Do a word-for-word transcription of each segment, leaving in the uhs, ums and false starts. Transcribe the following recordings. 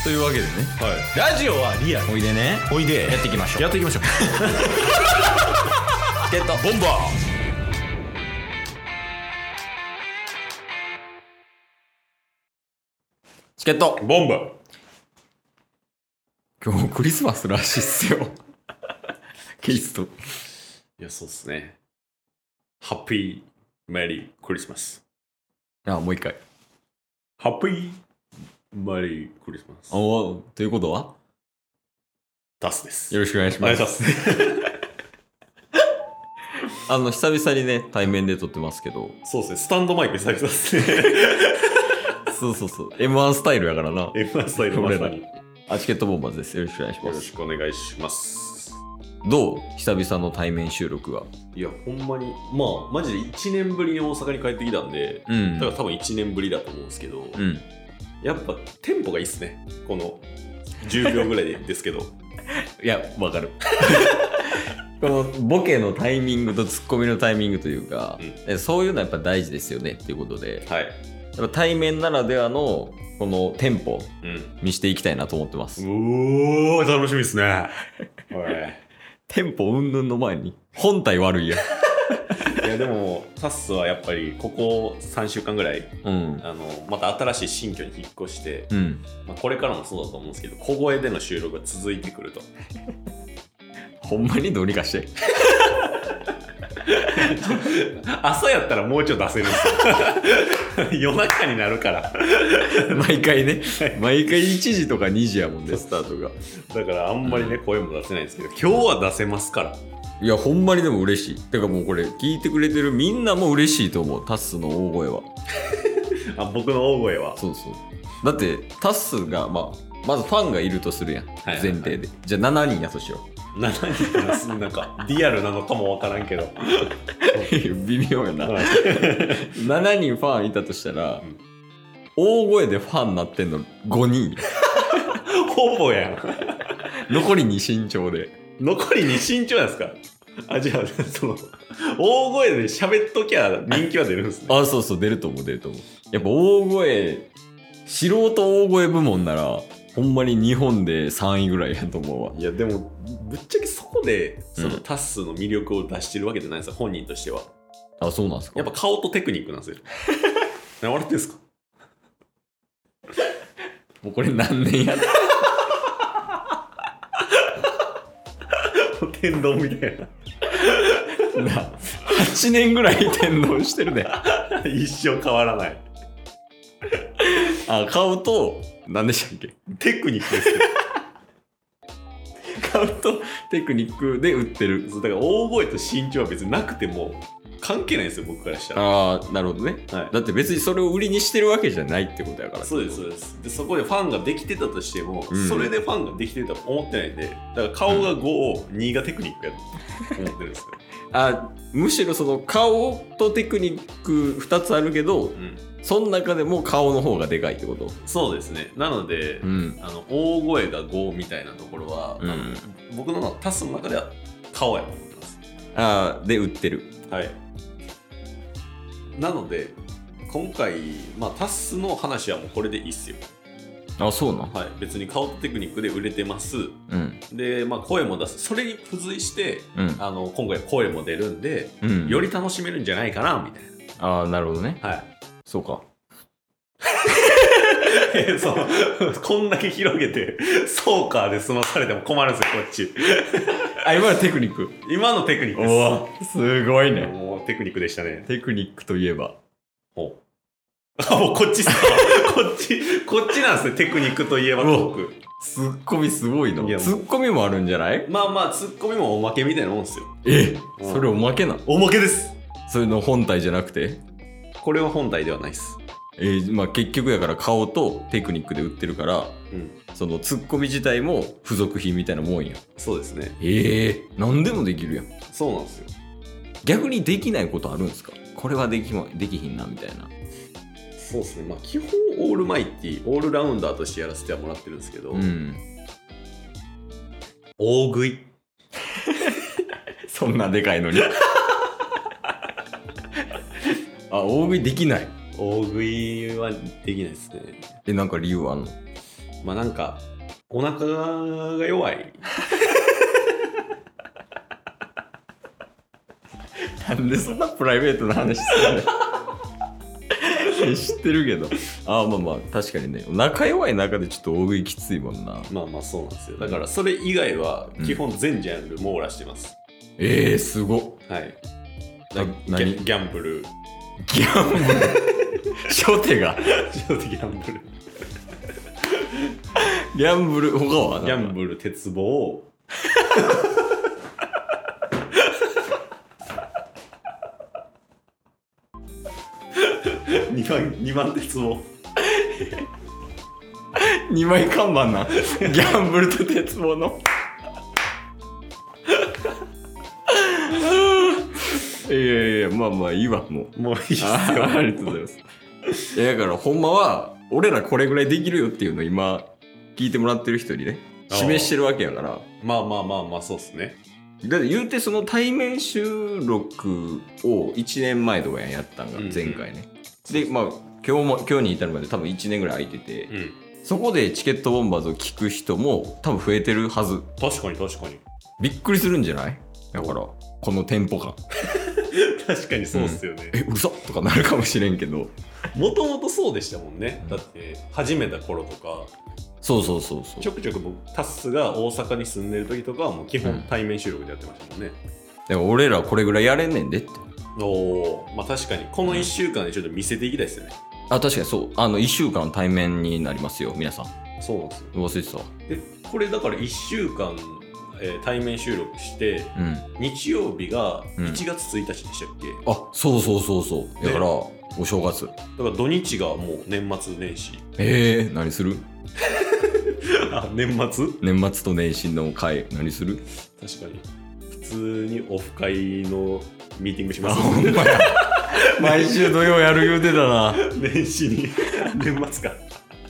というわけでね、 はい、ラジオはリアル。 おいでね、 おいでやっていきましょう。 やっていきましょうチケットボンバー。 チケットボンバー。 今日クリスマスらしいっすよケイスト。 いや、そうっすね。ハッピーメリークリスマス。 あ、もう一回。 ハッピーメリークリスマス。 おということはタスです。 よろしくお願いします。 お願いしますあの久々にね対面で撮ってますけど。 そうですね、スタンドマイク久々ですねそうそうそう、 エムワン スタイルやからな。 エムワン スタイルまさに。 あ、チケットボンバーズです。よろしくお願いします。 よろしくお願いします。 どう久々の対面収録が。 いや、ほんまにまあマジでいちねんぶりに大阪に帰ってきたんで、 うん、 だから多分いちねんぶりだと思うんですけど、 うん、 やっぱテンポがいいっすね、このじゅうびょうぐらいですけどいや、わかるこのボケのタイミングとツッコミのタイミングというか、うん、そういうのはやっぱ大事ですよねっていうことで、 はい、 やっぱ対面ならではのこのテンポ、 うん、 見していきたいなと思ってます。 おー、楽しみですねテンポうんぬんの前に本体悪いやいやでもタスはやっぱりここさんしゅうかんぐらい、うん、あのまた新しい新居に引っ越して、うん、まあ、これからもそうだと思うんですけど小声での収録が続いてくるとほんまにどうにかして朝やったらもうちょっと出せるんですよ夜中になるから毎回ね毎回いちじとかにじやもんねスタートが。 だからあんまりね、うん、声も出せないんですけど今日は出せますから。 いやほんまにでも嬉しい。てかもうこれ聞いてくれてるみんなも嬉しいと思う。タッスの大声はあ、僕の大声はそうそう。だってタッスが、まあ、まずファンがいるとするやん、はいはいはい、前提で。じゃあしちにんやとしよう。 しちにんですなんかリアルなのかもわからんけど微妙やなしちにんファンいたとしたら、うん、大声でファンになってんのごにんほぼやん残りに慎重で。 残りに慎重なんですか。あ、じゃあその大声で喋っときゃ人気は出るんですねあ、そうそう、出ると思う出ると思う。やっぱ大声、素人大声部門ならほんまに日本でさんいぐらいやと思うわ。 いやでもぶっちゃけそこでそのタッスの魅力を出してるわけじゃないですよ、うん、本人としては。 あ、そうなんですか。 やっぱ顔とテクニックなんですよ何笑ってんすかもうこれ何年やった天丼みたいななはちねんぐらい天丼してるね一生変わらないあ、顔と何でしたっけ、 テクニックですよ顔とテクニックで売ってる。 そうだから大声と身長は別になくても関係ないんですよ僕からしたら。 ああ、なるほどね、はい、だって別にそれを売りにしてるわけじゃないってことやから。 そうですそうです。でそこでファンができてたとしても、うん、それでファンができてたと思ってないんで、だから顔がご、うん、にがテクニックやと思ってるんですよあ、むしろその顔とテクニックふたつあるけど、うん、その中でも顔の方がでかいってこと。 そうですね。なので、うん、あの大声がごみたいなところは、うん、僕のタスの中では顔やと思ってます。 ああ、で売ってる。 はい。なので今回、まあ、タスの話はもうこれでいいっすよ。 あ、そうな、 はい、別に顔とテクニックで売れてます、うん、で、まあ、声も出す。それに付随して、うん、あの今回声も出るんで、うん、より楽しめるんじゃないかなみたいな。 ああ、なるほどね。 はい、 そうかそうこんだけ広げてそうかで済まされても困るんですよこっちあ、今のテクニック今のテクニックです。 おすごいね。 もうテクニックでしたね。 テクニックといえばほうあ、もうこっちっすかこっちこっちなんですね。テクニックといえばトーク。 ツッコミすごいの。ツッコミもあるんじゃない？ まあまあツッコミもおまけみたいなもんですよ。 え、うん、それおまけなの？ おまけです。 それの本体じゃなくて？ これは本体ではないです。 えー、まあ結局やから顔とテクニックで売ってるから、うん、そのツッコミ自体も付属品みたいなもんや。 そうですね。 ええー、何でもできるやん。 そうなんですよ。 逆にできないことあるんですか？これはできまできひんなみたいな。 そうですね。まあ基本オールマイティオールラウンダーとしてやらせてはもらってるんですけど、うん、大食いそんなでかいのにあ、大食いできない。 大食いはできないですね。 え、なんか理由あんの？ まあなんかお腹が弱いなんでそんなプライベートな話するの知ってるけど。ああまあまあ確かにね、仲弱い中でちょっと大食いきついもんな。 まあまあそうなんですよ。だからそれ以外は基本全ジャンル網羅してます、 うん、えーすごっ。 はいだギャ、ギャンブルギャンブル初手が初手ギャンブルギャンブル他はギャンブル鉄棒にばんにばん鉄棒にまい看板なギャンブルと鉄棒のいやいやまあまあいいわもうもういいっすよ。 ありがとうございますいやだからほんまは俺らこれぐらいできるよっていうのを今聞いてもらってる人にね示してるわけやから。 まあまあまあまあそうっすね。 だって言うてその対面収録をいちねんまえとかやったんが前回ね、うんうん、でまあ今日も今日に至るまで多分いちねんぐらい空いてて、うん、そこでチケットボンバーズを聞く人も多分増えてるはず。 確かに確かにびっくりするんじゃない？だからこのテンポ感確かにそうっすよね、 うん、え嘘とかなるかもしれんけどもともとそうでしたもんね、うん、だって始めた頃とかそうそうそうそうちょくちょく僕タッスが大阪に住んでる時とかはもう基本対面収録でやってましたもんね、 うん、でも俺らこれぐらいやれんねんでって。 おーまあ確かにこのいっしゅうかんでちょっと見せていきたいですよね、 うん、あ確かにそうあのいっしゅうかん対面になりますよ皆さん。 そうなんですよ。 忘れてたわ。 でこれだからいっしゅうかん、えー、対面収録して、うん、日曜日がいちがつついたちでしたっけ、うん、 あそうそうそうそうだからお正月だから土日がもう年末年始。 えー、何するあ年末年末と年始の会何する。 確かに普通にオフ会のミーティングします。 あほんまや毎週土曜やる言うてたな年始に年末か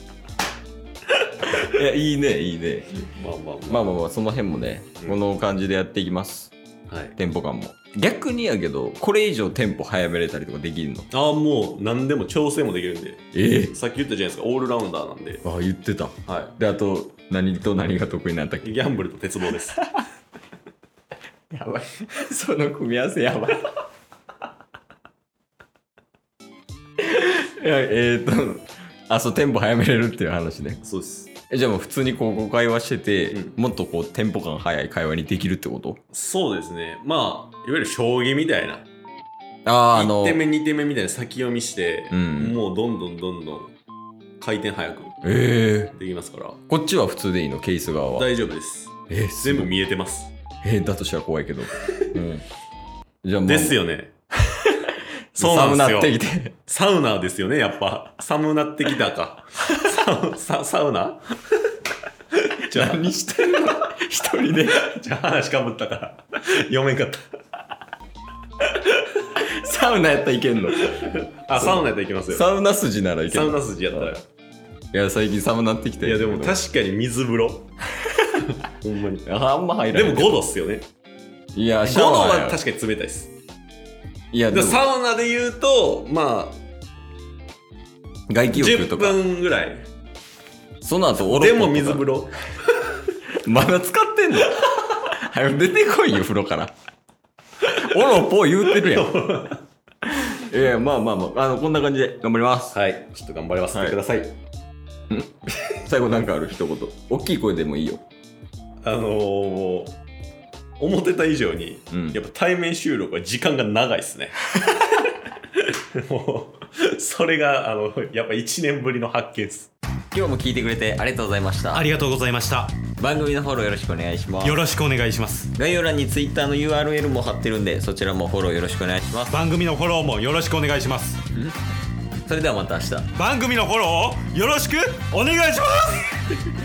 いやいいねいいね。 まあまあまあまあまあまあその辺もね、うん、この感じでやっていきます、はい、テンポ感も。逆にやけどこれ以上テンポ早めれたりとかできるの？ ああもう何でも調整もできるんで。 えー、 さっき言ったじゃないですかオールラウンダーなんで。 ああ言ってた。 はい。 であと何と何が得意なんだっけ？ ギャンブルと鉄棒ですやばいその組み合わせやばいいやえー、っとあそうテンポ早めれるっていう話ね。 そうです。 えじゃあもう普通にこう会話してて、うん、もっとこうテンポ感速い会話にできるってこと？ そうですね。まあいわゆる将棋みたいなあ、あのいってんめにてんめみたいな先読みして、うん、もうどんどんどんどん回転早くできますから、えー、 こっちは普通でいいの？ケース側は大丈夫です。 えー、 全部見えてます。 えー、だとしたら怖いけど、うん、 じゃあもうですよねそうなんですよ。寒なってきてサウナですよねやっぱ。寒なってきたかサ, サ, サウナじゃあ何してんの一人でじゃあ話かぶったから読めんかったサウナやったらいけんの？ あサウナやったらいけますよ。 サウナ筋ならいける。 サウナ筋やったら。いや最近寒なってきた。 いやでも確かに水風呂ほんまにあんま入らない。 でもごどっすよね。 いやシャワーごどは確かに冷たいです。いやでもサウナで言うとまあ外気浴とかじゅっぷんぐらい。 その後オロポでも水風呂まだ使ってんの早く出てこいよ風呂からオロポ言うてるやんいやまあまあまあ、あのこんな感じで頑張ります。 はい、ちょっと頑張ります。はい、ください。 最後なんかある？一言大きい声でもいいよ。 あのー、思ってた以上に、うん、やっぱ対面収録は時間が長いっすねもうそれがあのやっぱいちねんぶりの発見っす。 今日も聞いてくれてありがとうございました。 ありがとうございました。 番組のフォローよろしくお願いします。 よろしくお願いします。 概要欄に Twitter の ユーアールエル も貼ってるんでそちらもフォローよろしくお願いします。 番組のフォローもよろしくお願いします。 それではまた明日番組のフォローをよろしくお願いします